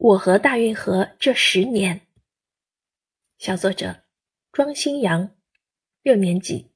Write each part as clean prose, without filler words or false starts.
我和大运河这10年。小作者庄心阳，6年级。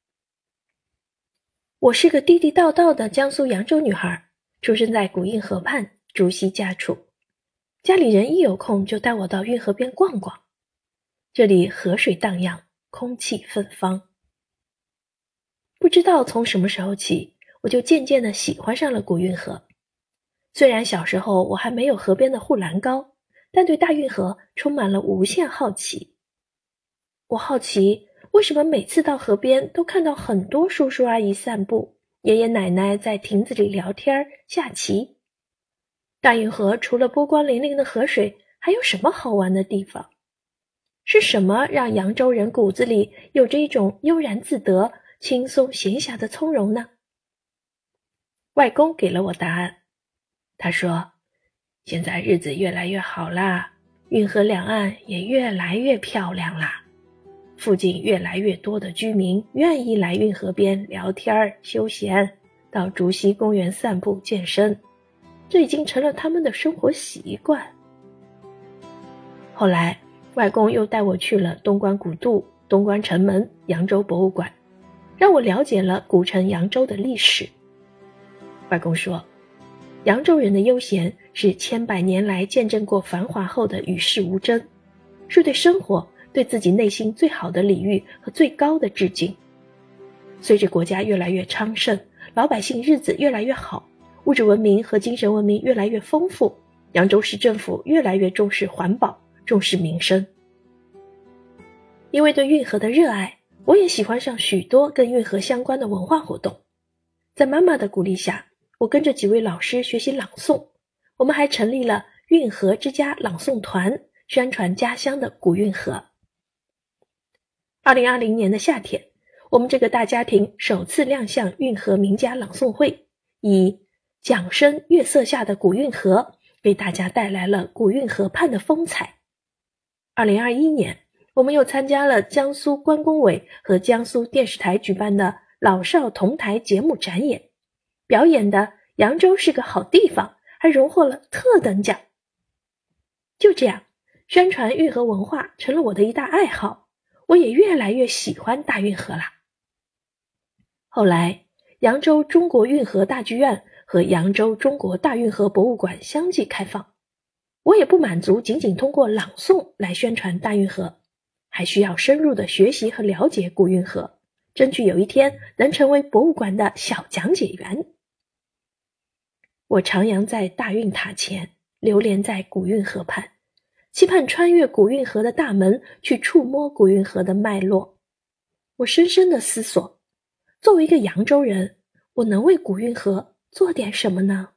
我是个地地道道的江苏扬州女孩，出生在古运河畔，竹溪家处。家里人一有空就带我到运河边逛逛。这里河水荡漾，空气芬芳。不知道从什么时候起，我就渐渐地喜欢上了古运河。虽然小时候我还没有河边的护栏高，但对大运河充满了无限好奇。我好奇，为什么每次到河边都看到很多叔叔阿姨散步，爷爷奶奶在亭子里聊天下棋。大运河除了波光粼粼的河水，还有什么好玩的地方？是什么让扬州人骨子里有着一种悠然自得、轻松闲暇的从容呢？外公给了我答案。他说，现在日子越来越好啦，运河两岸也越来越漂亮啦，附近越来越多的居民愿意来运河边聊天休闲，到竹溪公园散步健身，这已经成了他们的生活习惯。后来外公又带我去了东关古渡、东关城门、扬州博物馆，让我了解了古城扬州的历史。外公说，扬州人的悠闲是千百年来见证过繁华后的与世无争，是对生活、对自己内心最好的礼遇和最高的致敬。随着国家越来越昌盛，老百姓日子越来越好，物质文明和精神文明越来越丰富，扬州市政府越来越重视环保，重视民生。因为对运河的热爱，我也喜欢上许多跟运河相关的文化活动。在妈妈的鼓励下，我跟着几位老师学习朗诵，我们还成立了运河之家朗诵团，宣传家乡的古运河。2020年的夏天，我们这个大家庭首次亮相运河名家朗诵会，以桨声月色下的古运河给大家带来了古运河畔的风采。2021年，我们又参加了江苏关工委和江苏电视台举办的老少同台节目展演，表演的扬州是个好地方，还荣获了特等奖。就这样，宣传运河文化成了我的一大爱好，我也越来越喜欢大运河啦。后来，扬州中国运河大剧院和扬州中国大运河博物馆相继开放，我也不满足仅仅通过朗诵来宣传大运河，还需要深入的学习和了解古运河，争取有一天能成为博物馆的小讲解员。我徜徉在大运塔前，流连在古运河畔，期盼穿越古运河的大门，去触摸古运河的脉络。我深深地思索，作为一个扬州人，我能为古运河做点什么呢？